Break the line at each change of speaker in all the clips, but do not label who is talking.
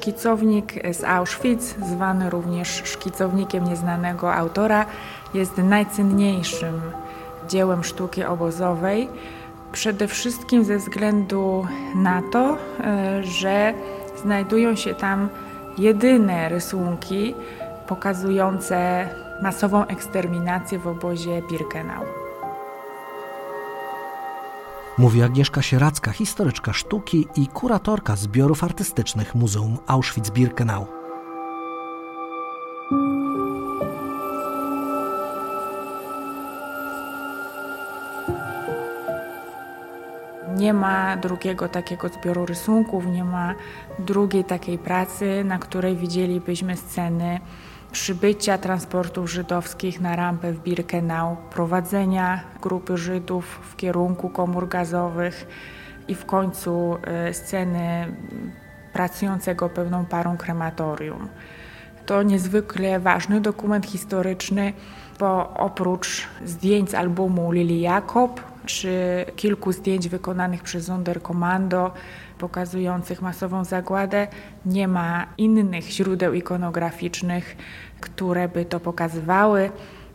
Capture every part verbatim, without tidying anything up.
Szkicownik z Auschwitz, zwany również szkicownikiem nieznanego autora, jest najcenniejszym dziełem sztuki obozowej. Przede wszystkim ze względu na to, że znajdują się tam jedyne rysunki pokazujące masową eksterminację w obozie Birkenau.
Mówi Agnieszka Sieracka, historyczka sztuki i kuratorka zbiorów artystycznych Muzeum Auschwitz-Birkenau.
Nie ma drugiego takiego zbioru rysunków, nie ma drugiej takiej pracy, na której widzielibyśmy sceny przybycia transportów żydowskich na rampę w Birkenau, prowadzenia grupy Żydów w kierunku komór gazowych i w końcu sceny pracującego pełną parą krematorium. To niezwykle ważny dokument historyczny, bo oprócz zdjęć z albumu Lili Jakob czy kilku zdjęć wykonanych przez Sonderkommando pokazujących masową zagładę, nie ma innych źródeł ikonograficznych, które by to pokazywały.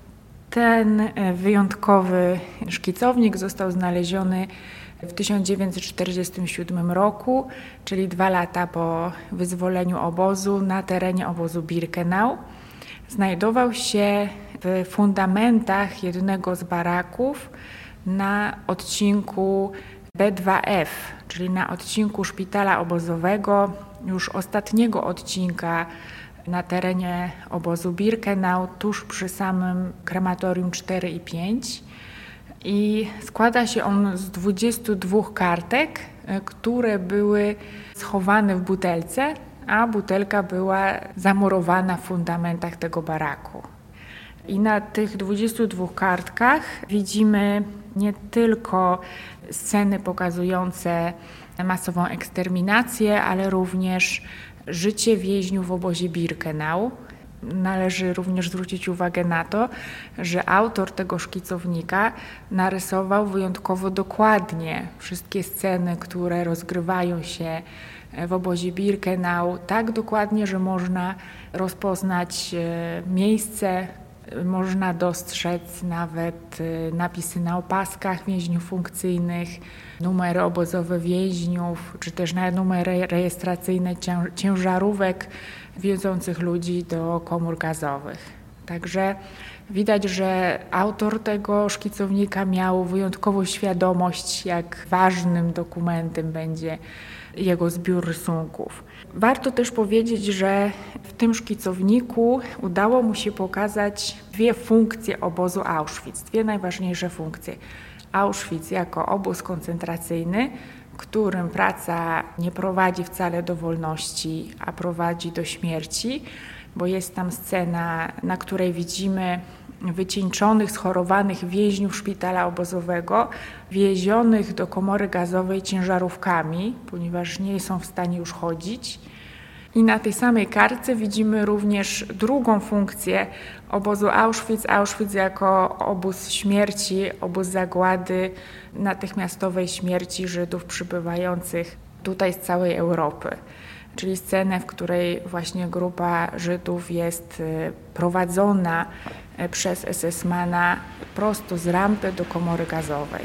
Ten wyjątkowy szkicownik został znaleziony w tysiąc dziewięćset czterdziestym siódmym roku, czyli dwa lata po wyzwoleniu obozu, na terenie obozu Birkenau. Znajdował się w fundamentach jednego z baraków na odcinku B dwa F, czyli na odcinku szpitala obozowego, już ostatniego odcinka na terenie obozu Birkenau, tuż przy samym krematorium cztery i pięć. I składa się on z dwudziestu dwóch kartek, które były schowane w butelce, a butelka była zamurowana w fundamentach tego baraku. I na tych dwudziestu dwóch kartkach widzimy nie tylko sceny pokazujące masową eksterminację, ale również życie więźniów w obozie Birkenau. Należy również zwrócić uwagę na to, że autor tego szkicownika narysował wyjątkowo dokładnie wszystkie sceny, które rozgrywają się w obozie Birkenau, tak dokładnie, że można rozpoznać miejsce, można dostrzec nawet napisy na opaskach więźniów funkcyjnych, numery obozowe więźniów, czy też nawet numery rejestracyjne ciężarówek wiozących ludzi do komór gazowych. Także widać, że autor tego szkicownika miał wyjątkową świadomość, jak ważnym dokumentem będzie jego zbiór rysunków. Warto też powiedzieć, że w tym szkicowniku udało mu się pokazać dwie funkcje obozu Auschwitz, dwie najważniejsze funkcje. Auschwitz jako obóz koncentracyjny, którym praca nie prowadzi wcale do wolności, a prowadzi do śmierci, bo jest tam scena, na której widzimy wycieńczonych, schorowanych więźniów szpitala obozowego, wiezionych do komory gazowej ciężarówkami, ponieważ nie są w stanie już chodzić. I na tej samej kartce widzimy również drugą funkcję obozu Auschwitz. Auschwitz jako obóz śmierci, obóz zagłady, natychmiastowej śmierci Żydów przybywających tutaj z całej Europy. Czyli scenę, w której właśnie grupa Żydów jest prowadzona przez esesmana prosto z rampy do komory gazowej.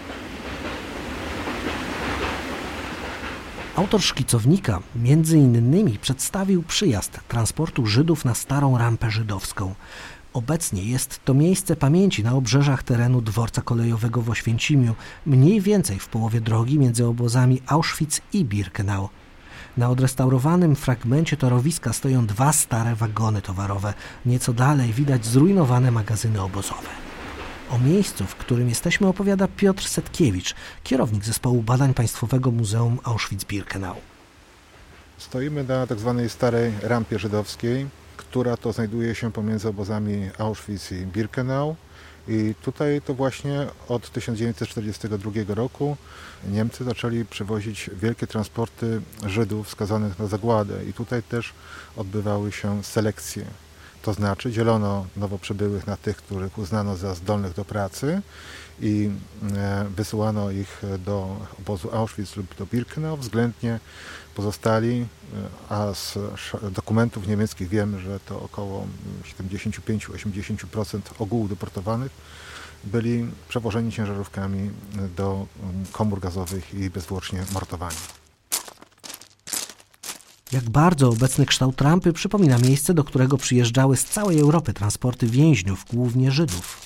Autor szkicownika między innymi przedstawił przyjazd transportu Żydów na starą rampę żydowską. Obecnie jest to miejsce pamięci na obrzeżach terenu dworca kolejowego w Oświęcimiu, mniej więcej w połowie drogi między obozami Auschwitz i Birkenau. Na odrestaurowanym fragmencie torowiska stoją dwa stare wagony towarowe. Nieco dalej widać zrujnowane magazyny obozowe. O miejscu, w którym jesteśmy, opowiada Piotr Setkiewicz, kierownik zespołu badań Państwowego Muzeum Auschwitz-Birkenau.
Stoimy na tak zwanej starej rampie żydowskiej, która to znajduje się pomiędzy obozami Auschwitz i Birkenau. I tutaj to właśnie od tysiąc dziewięćset czterdziestego drugiego roku Niemcy zaczęli przewozić wielkie transporty Żydów skazanych na zagładę i tutaj też odbywały się selekcje. To znaczy dzielono nowo przybyłych na tych, których uznano za zdolnych do pracy i wysyłano ich do obozu Auschwitz lub do Birkenau. Względnie pozostali, a z dokumentów niemieckich wiemy, że to około siedemdziesiąt pięć do osiemdziesięciu procent ogółu deportowanych, byli przewożeni ciężarówkami do komór gazowych i bezzwłocznie mordowani.
Jak bardzo obecny kształt rampy przypomina miejsce, do którego przyjeżdżały z całej Europy transporty więźniów, głównie Żydów.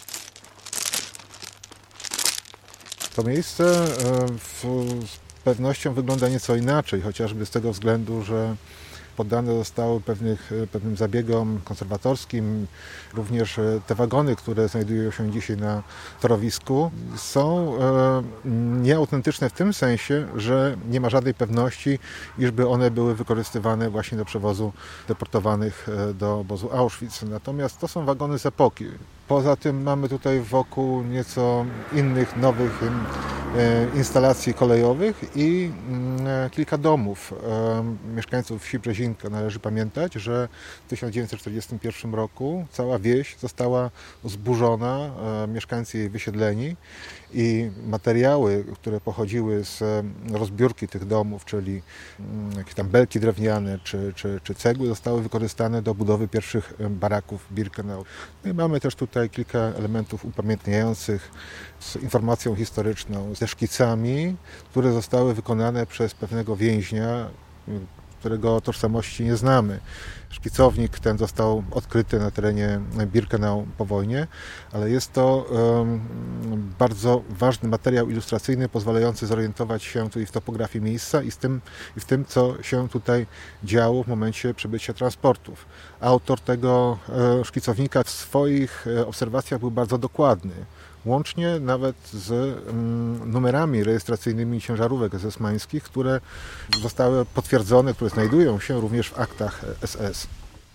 To miejsce z pewnością wygląda nieco inaczej, chociażby z tego względu, że poddane zostały pewnych, pewnym zabiegom konserwatorskim. Również te wagony, które znajdują się dzisiaj na torowisku, są nieautentyczne w tym sensie, że nie ma żadnej pewności, iżby one były wykorzystywane właśnie do przewozu deportowanych do obozu Auschwitz. Natomiast to są wagony z epoki. Poza tym mamy tutaj wokół nieco innych, nowych instalacji kolejowych i kilka domów mieszkańców wsi Brzezinka. Należy pamiętać, że w tysiąc dziewięćset czterdziestym pierwszym roku cała wieś została zburzona, mieszkańcy jej wysiedleni i materiały, które pochodziły z rozbiórki tych domów, czyli jakieś tam belki drewniane czy, czy, czy cegły, zostały wykorzystane do budowy pierwszych baraków Birkenau. No i mamy też tutaj kilka elementów upamiętniających z informacją historyczną, ze szkicami, które zostały wykonane przez pewnego więźnia, którego tożsamości nie znamy. Szkicownik ten został odkryty na terenie Birkenau po wojnie, ale jest to um, bardzo ważny materiał ilustracyjny, pozwalający zorientować się tutaj w topografii miejsca i, z tym, i w tym, co się tutaj działo w momencie przybycia transportów. Autor tego e, szkicownika w swoich e, obserwacjach był bardzo dokładny. Łącznie nawet z mm, numerami rejestracyjnymi ciężarówek esesmańskich, które zostały potwierdzone, które znajdują się również w aktach S S.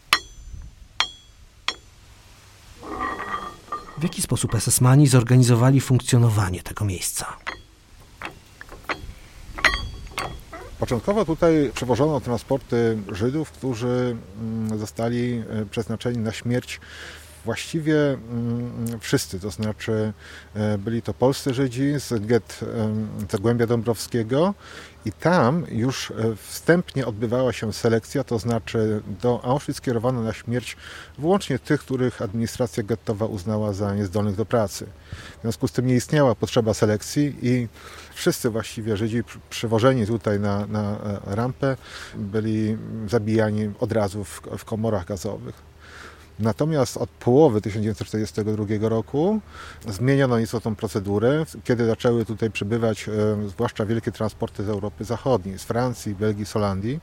W jaki sposób esesmani zorganizowali funkcjonowanie tego miejsca?
Początkowo tutaj przewożono transporty Żydów, którzy zostali przeznaczeni na śmierć właściwie wszyscy, to znaczy byli to polscy Żydzi z gett Zagłębia Dąbrowskiego i tam już wstępnie odbywała się selekcja, to znaczy do Auschwitz kierowano na śmierć wyłącznie tych, których administracja gettowa uznała za niezdolnych do pracy. W związku z tym nie istniała potrzeba selekcji i wszyscy właściwie Żydzi przywożeni tutaj na, na rampę byli zabijani od razu w, w komorach gazowych. Natomiast od połowy tysiąc dziewięćset czterdziestego drugiego roku zmieniono nieco tą procedurę, kiedy zaczęły tutaj przybywać e, zwłaszcza wielkie transporty z Europy Zachodniej, z Francji, Belgii, z Holandii.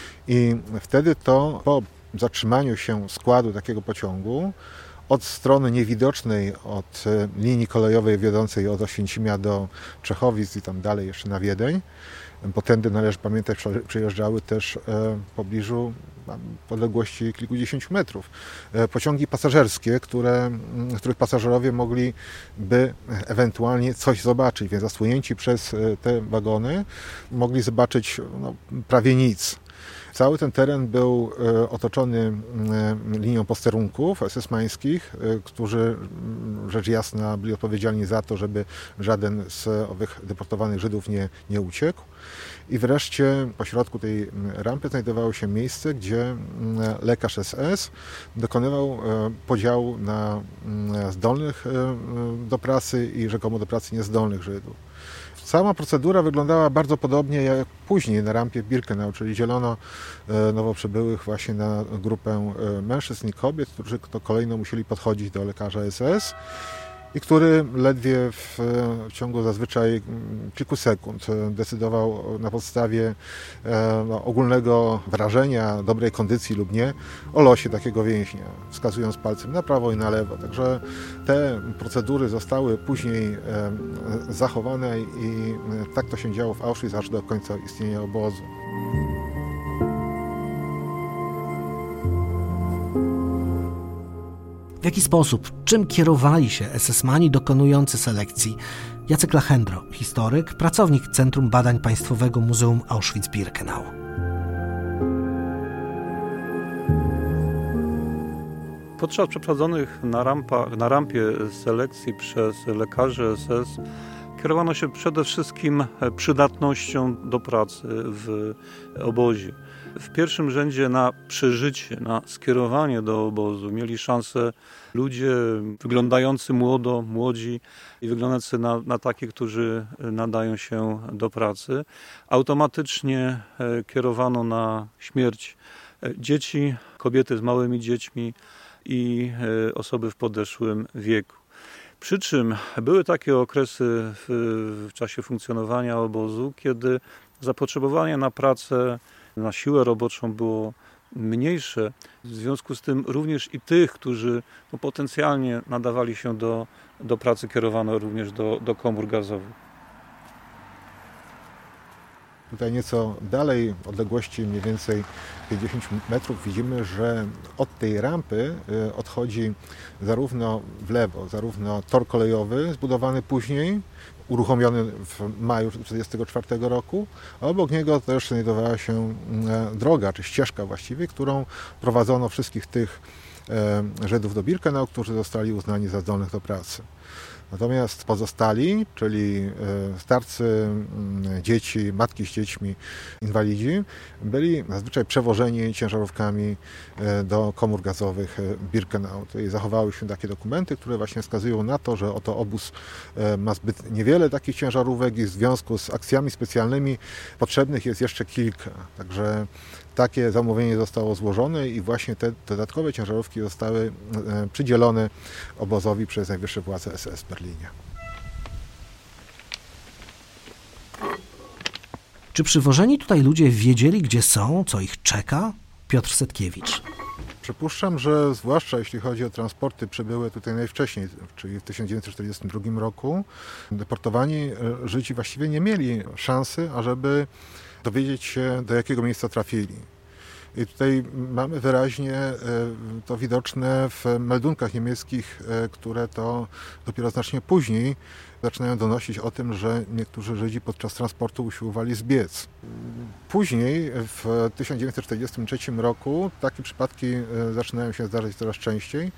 I wtedy to po zatrzymaniu się składu takiego pociągu od strony niewidocznej od linii kolejowej wiodącej od Oświęcimia do Czechowic i tam dalej jeszcze na Wiedeń, bo tędy należy pamiętać, przejeżdżały też w pobliżu podległości kilkudziesięciu metrów pociągi pasażerskie, które, których pasażerowie mogliby ewentualnie coś zobaczyć, więc zasłonięci przez te wagony mogli zobaczyć no, prawie nic. Cały ten teren był otoczony linią posterunków esesmańskich, którzy rzecz jasna byli odpowiedzialni za to, żeby żaden z owych deportowanych Żydów nie, nie uciekł. I wreszcie pośrodku tej rampy znajdowało się miejsce, gdzie lekarz S S dokonywał podziału na zdolnych do pracy i rzekomo do pracy niezdolnych Żydów. Sama procedura wyglądała bardzo podobnie jak później na rampie Birkenau, czyli dzielono nowo przybyłych właśnie na grupę mężczyzn i kobiet, którzy to kolejno musieli podchodzić do lekarza S S i który ledwie w ciągu zazwyczaj kilku sekund decydował na podstawie no, ogólnego wrażenia, dobrej kondycji lub nie, o losie takiego więźnia, wskazując palcem na prawo i na lewo. Także te procedury zostały później zachowane i tak to się działo w Auschwitz aż do końca istnienia obozu.
W jaki sposób, czym kierowali się esesmani dokonujący selekcji? Jacek Lachendro, historyk, pracownik Centrum Badań Państwowego Muzeum Auschwitz-Birkenau.
Podczas przeprowadzonych na, rampa, na rampie selekcji przez lekarzy S S kierowano się przede wszystkim przydatnością do pracy w obozie. W pierwszym rzędzie na przeżycie, na skierowanie do obozu mieli szansę ludzie wyglądający młodo, młodzi i wyglądający na, na takich, którzy nadają się do pracy. Automatycznie kierowano na śmierć dzieci, kobiety z małymi dziećmi i osoby w podeszłym wieku. Przy czym były takie okresy w, w czasie funkcjonowania obozu, kiedy zapotrzebowanie na pracę, na siłę roboczą było mniejsze. W związku z tym również i tych, którzy no, potencjalnie nadawali się do, do pracy, kierowano również do, do komór gazowych.
Tutaj nieco dalej, w odległości mniej więcej pięćdziesiąt metrów, widzimy, że od tej rampy odchodzi zarówno w lewo, zarówno tor kolejowy zbudowany później, uruchomiony w maju tysiąc dziewięćset czterdziestego czwartego roku, a obok niego też znajdowała się droga, czy ścieżka właściwie, którą prowadzono wszystkich tych Żydów do Birkenau, którzy zostali uznani za zdolnych do pracy. Natomiast pozostali, czyli starcy, dzieci, matki z dziećmi, inwalidzi, byli zazwyczaj przewożeni ciężarówkami do komór gazowych Birkenau. Tutaj zachowały się takie dokumenty, które właśnie wskazują na to, że oto obóz ma zbyt niewiele takich ciężarówek i w związku z akcjami specjalnymi potrzebnych jest jeszcze kilka. Także takie zamówienie zostało złożone i właśnie te dodatkowe ciężarówki zostały przydzielone obozowi przez najwyższe władze S S w Berlinie.
Czy przywożeni tutaj ludzie wiedzieli, gdzie są, co ich czeka? Piotr Setkiewicz.
Przypuszczam, że zwłaszcza jeśli chodzi o transporty przybyłe tutaj najwcześniej, czyli w tysiąc dziewięćset czterdziestym drugim roku, deportowani Żydzi właściwie nie mieli szansy, ażeby dowiedzieć się, do jakiego miejsca trafili. I tutaj mamy wyraźnie to widoczne w meldunkach niemieckich, które to dopiero znacznie później zaczynają donosić o tym, że niektórzy Żydzi podczas transportu usiłowali zbiec. Później, w tysiąc dziewięćset czterdziestym trzecim roku, takie przypadki zaczynają się zdarzać coraz częściej.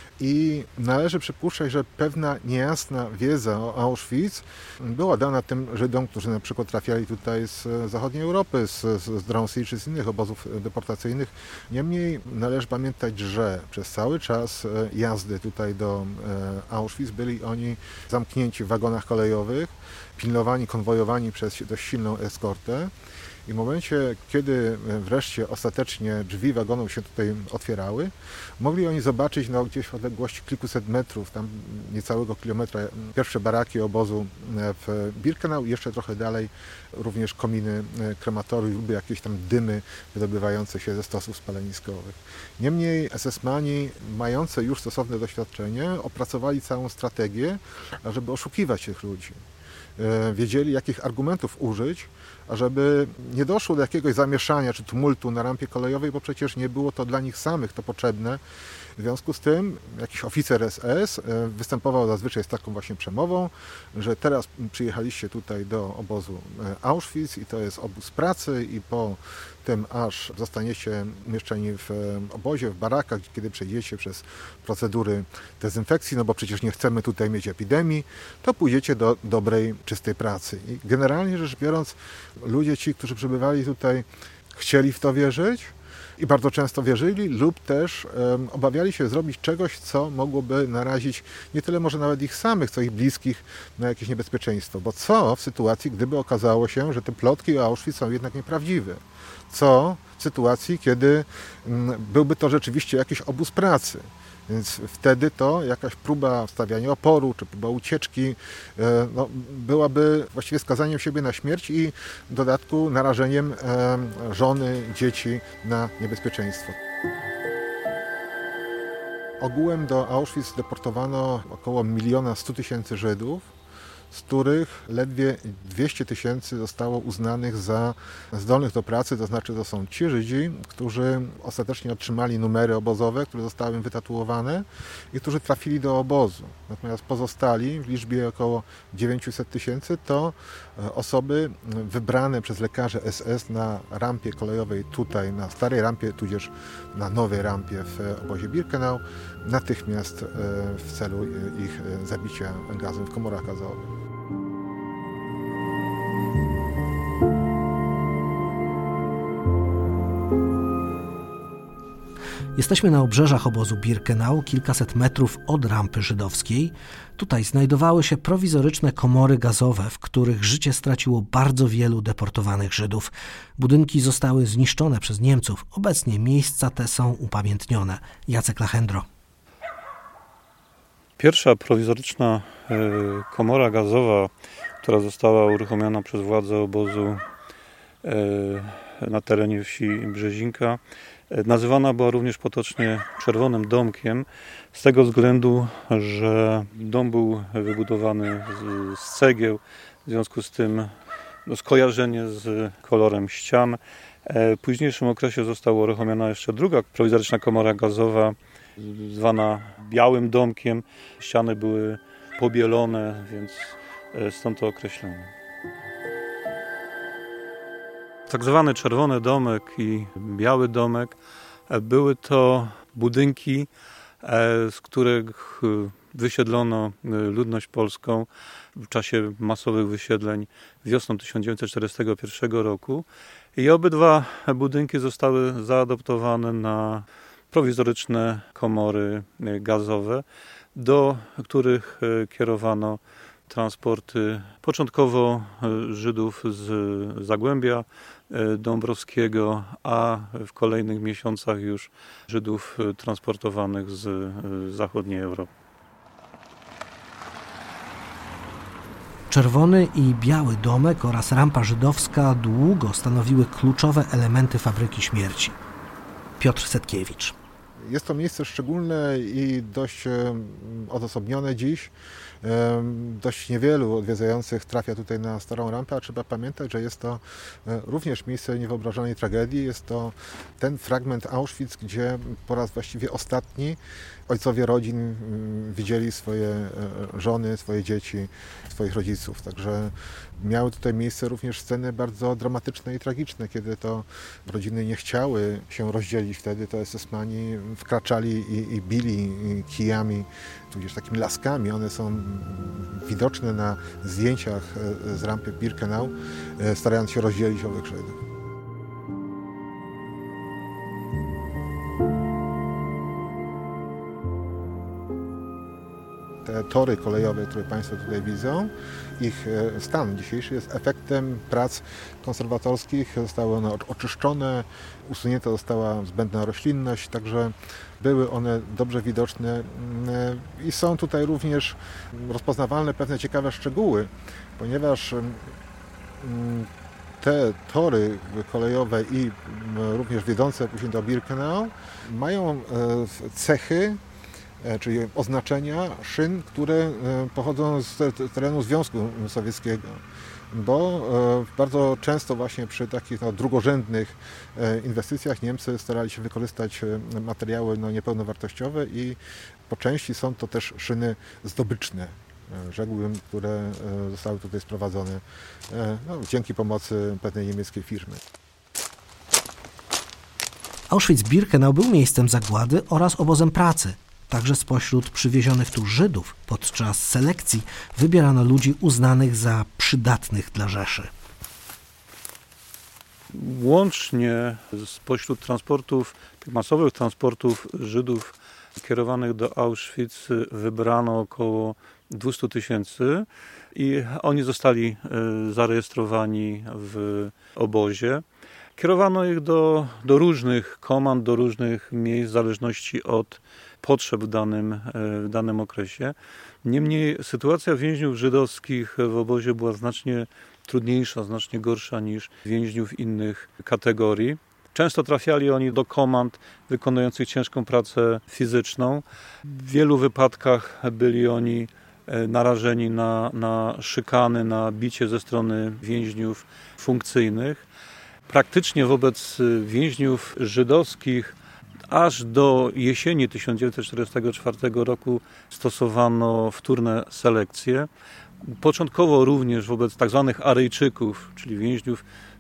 I należy przypuszczać, że pewna niejasna wiedza o Auschwitz była dana tym Żydom, którzy na przykład trafiali tutaj z zachodniej Europy, z, z Drancy czy z innych obozów deportacyjnych. Niemniej należy pamiętać, że przez cały czas jazdy tutaj do Auschwitz byli oni zamknięci w wagonach kolejowych, pilnowani, konwojowani przez dość silną eskortę. I w momencie, kiedy wreszcie ostatecznie drzwi wagonów się tutaj otwierały, mogli oni zobaczyć no, gdzieś w odległości kilkuset metrów, tam niecałego kilometra, pierwsze baraki obozu w Birkenau i jeszcze trochę dalej również kominy krematoriów lub jakieś tam dymy wydobywające się ze stosów spaleniskowych. Niemniej es esmani, mający już stosowne doświadczenie, opracowali całą strategię, ażeby oszukiwać tych ludzi. Wiedzieli, jakich argumentów użyć, ażeby nie doszło do jakiegoś zamieszania czy tumultu na rampie kolejowej, bo przecież nie było to dla nich samych to potrzebne. W związku z tym jakiś oficer es es występował zazwyczaj z taką właśnie przemową, że teraz przyjechaliście tutaj do obozu Auschwitz i to jest obóz pracy i po tym, aż zostaniecie umieszczeni w obozie, w barakach, kiedy przejdziecie przez procedury dezynfekcji, no bo przecież nie chcemy tutaj mieć epidemii, to pójdziecie do dobrej, czystej pracy. I generalnie rzecz biorąc, ludzie ci, którzy przybywali tutaj, chcieli w to wierzyć, i bardzo często wierzyli lub też um, obawiali się zrobić czegoś, co mogłoby narazić nie tyle może nawet ich samych, co ich bliskich na jakieś niebezpieczeństwo. Bo co w sytuacji, gdyby okazało się, że te plotki o Auschwitz są jednak nieprawdziwe? Co w sytuacji, kiedy um, byłby to rzeczywiście jakiś obóz pracy? Więc wtedy to jakaś próba stawiania oporu, czy próba ucieczki no, byłaby właściwie skazaniem siebie na śmierć i w dodatku narażeniem żony, dzieci na niebezpieczeństwo. Ogółem do Auschwitz deportowano około miliona stu tysięcy Żydów, z których ledwie dwieście tysięcy zostało uznanych za zdolnych do pracy, to znaczy to są ci Żydzi, którzy ostatecznie otrzymali numery obozowe, które zostały im wytatuowane i którzy trafili do obozu. Natomiast pozostali w liczbie około dziewięćset tysięcy to osoby wybrane przez lekarzy es es na rampie kolejowej tutaj, na starej rampie, tudzież na nowej rampie w obozie Birkenau, natychmiast w celu ich zabicia gazem w komorach gazowych.
Jesteśmy na obrzeżach obozu Birkenau, kilkaset metrów od rampy żydowskiej. Tutaj znajdowały się prowizoryczne komory gazowe, w których życie straciło bardzo wielu deportowanych Żydów. Budynki zostały zniszczone przez Niemców. Obecnie miejsca te są upamiętnione. Jacek Lachendro.
Pierwsza prowizoryczna komora gazowa, która została uruchomiona przez władze obozu na terenie wsi Brzezinka, nazywana była również potocznie Czerwonym Domkiem z tego względu, że dom był wybudowany z, z cegieł, w związku z tym no, skojarzenie z kolorem ścian. W późniejszym okresie została uruchomiona jeszcze druga prowizoryczna komora gazowa, zwana Białym Domkiem. Ściany były pobielone, więc stąd to określenie. Tak zwany Czerwony Domek i Biały Domek były to budynki, z których wysiedlono ludność polską w czasie masowych wysiedleń wiosną tysiąc dziewięćset czterdziestego pierwszego roku i obydwa budynki zostały zaadoptowane na prowizoryczne komory gazowe, do których kierowano transporty początkowo Żydów z Zagłębia Dąbrowskiego, a w kolejnych miesiącach już Żydów transportowanych z zachodniej Europy.
Czerwony i Biały Domek oraz rampa żydowska długo stanowiły kluczowe elementy fabryki śmierci. Piotr Setkiewicz.
Jest to miejsce szczególne i dość odosobnione dziś. Dość niewielu odwiedzających trafia tutaj na Starą Rampę, a trzeba pamiętać, że jest to również miejsce niewyobrażonej tragedii. Jest to ten fragment Auschwitz, gdzie po raz właściwie ostatni ojcowie rodzin widzieli swoje żony, swoje dzieci, swoich rodziców. Także miały tutaj miejsce również sceny bardzo dramatyczne i tragiczne, kiedy to rodziny nie chciały się rozdzielić. Wtedy to es esmani wkraczali i, i bili kijami, tudzież takimi laskami. One są widoczne na zdjęciach z rampy Birkenau, starając się rozdzielić owych Żydów. Te tory kolejowe, które Państwo tutaj widzą, ich stan dzisiejszy jest efektem prac konserwatorskich. Zostały one oczyszczone, usunięta została zbędna roślinność, także były one dobrze widoczne i są tutaj również rozpoznawalne pewne ciekawe szczegóły, ponieważ te tory kolejowe i również wiodące później do Birkenau mają cechy, czyli oznaczenia szyn, które pochodzą z terenu Związku Sowieckiego, bo bardzo często właśnie przy takich no, drugorzędnych inwestycjach Niemcy starali się wykorzystać materiały no, niepełnowartościowe i po części są to też szyny zdobyczne, rzekłbym, które zostały tutaj sprowadzone no, dzięki pomocy pewnej niemieckiej firmy.
Auschwitz-Birkenau był miejscem zagłady oraz obozem pracy. Także spośród przywiezionych tu Żydów podczas selekcji wybierano ludzi uznanych za przydatnych dla Rzeszy.
Łącznie spośród transportów, tych masowych transportów Żydów kierowanych do Auschwitz wybrano około dwieście tysięcy i oni zostali zarejestrowani w obozie. Kierowano ich do, do różnych komand, do różnych miejsc w zależności od potrzeb w danym, w danym okresie. Niemniej sytuacja więźniów żydowskich w obozie była znacznie trudniejsza, znacznie gorsza niż więźniów innych kategorii. Często trafiali oni do komand wykonujących ciężką pracę fizyczną. W wielu wypadkach byli oni narażeni na, na szykany, na bicie ze strony więźniów funkcyjnych. Praktycznie wobec więźniów żydowskich aż do jesieni tysiąc dziewięćset czterdziestego czwartego roku stosowano wtórne selekcje. Początkowo również wobec tzw. Aryjczyków, czyli więźniów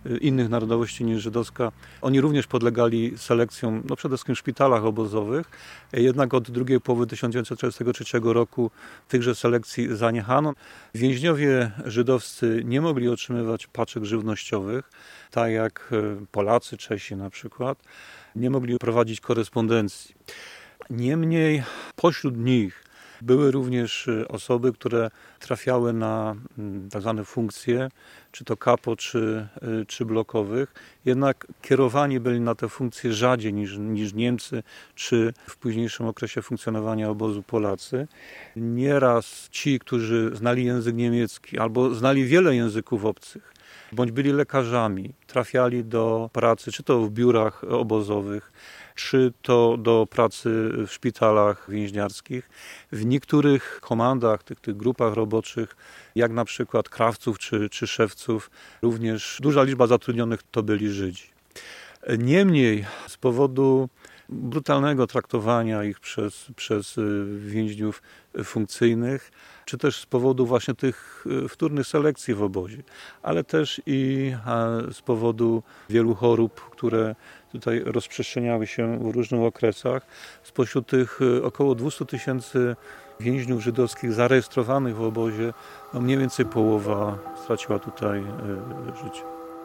innych narodowości niż żydowska. Oni również podlegali selekcjom, no przede wszystkim w szpitalach obozowych, jednak od drugiej połowy tysiąc dziewięćset czterdziestego trzeciego roku tychże selekcji zaniechano. Więźniowie żydowscy nie mogli otrzymywać paczek żywnościowych, tak jak Polacy, Czesi na przykład, nie mogli prowadzić korespondencji. Niemniej pośród nich były również osoby, które trafiały na tak zwane funkcje, czy to kapo, czy, czy blokowych. Jednak kierowani byli na te funkcje rzadziej niż, niż Niemcy, czy w późniejszym okresie funkcjonowania obozu Polacy. Nieraz ci, którzy znali język niemiecki albo znali wiele języków obcych, bądź byli lekarzami, trafiali do pracy, czy to w biurach obozowych, czy to do pracy w szpitalach więźniarskich. W niektórych komandach, tych, tych grupach roboczych, jak na przykład krawców czy, czy szewców, również duża liczba zatrudnionych to byli Żydzi. Niemniej z powodu brutalnego traktowania ich przez, przez więźniów funkcyjnych, czy też z powodu właśnie tych wtórnych selekcji w obozie, ale też i z powodu wielu chorób, które tutaj rozprzestrzeniały się w różnych okresach. Spośród tych około dwieście tysięcy więźniów żydowskich zarejestrowanych w obozie, no mniej więcej połowa straciła tutaj życie.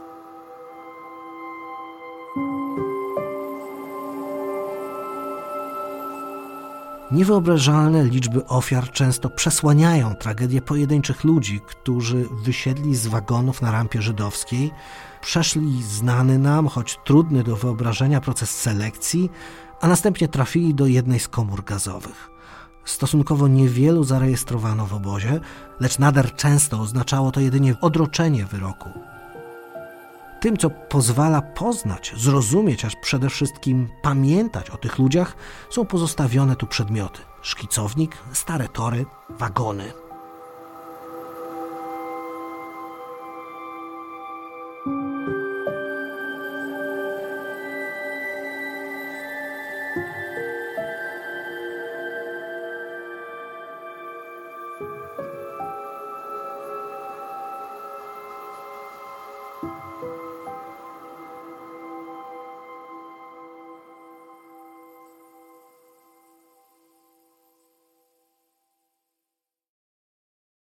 Niewyobrażalne liczby ofiar często przesłaniają tragedię pojedynczych ludzi, którzy wysiedli z wagonów na rampie żydowskiej, przeszli znany nam, choć trudny do wyobrażenia proces selekcji, a następnie trafili do jednej z komór gazowych. Stosunkowo niewielu zarejestrowano w obozie, lecz nader często oznaczało to jedynie odroczenie wyroku. Tym, co pozwala poznać, zrozumieć, aż przede wszystkim pamiętać o tych ludziach, są pozostawione tu przedmioty. Szkicownik, stare tory, wagony.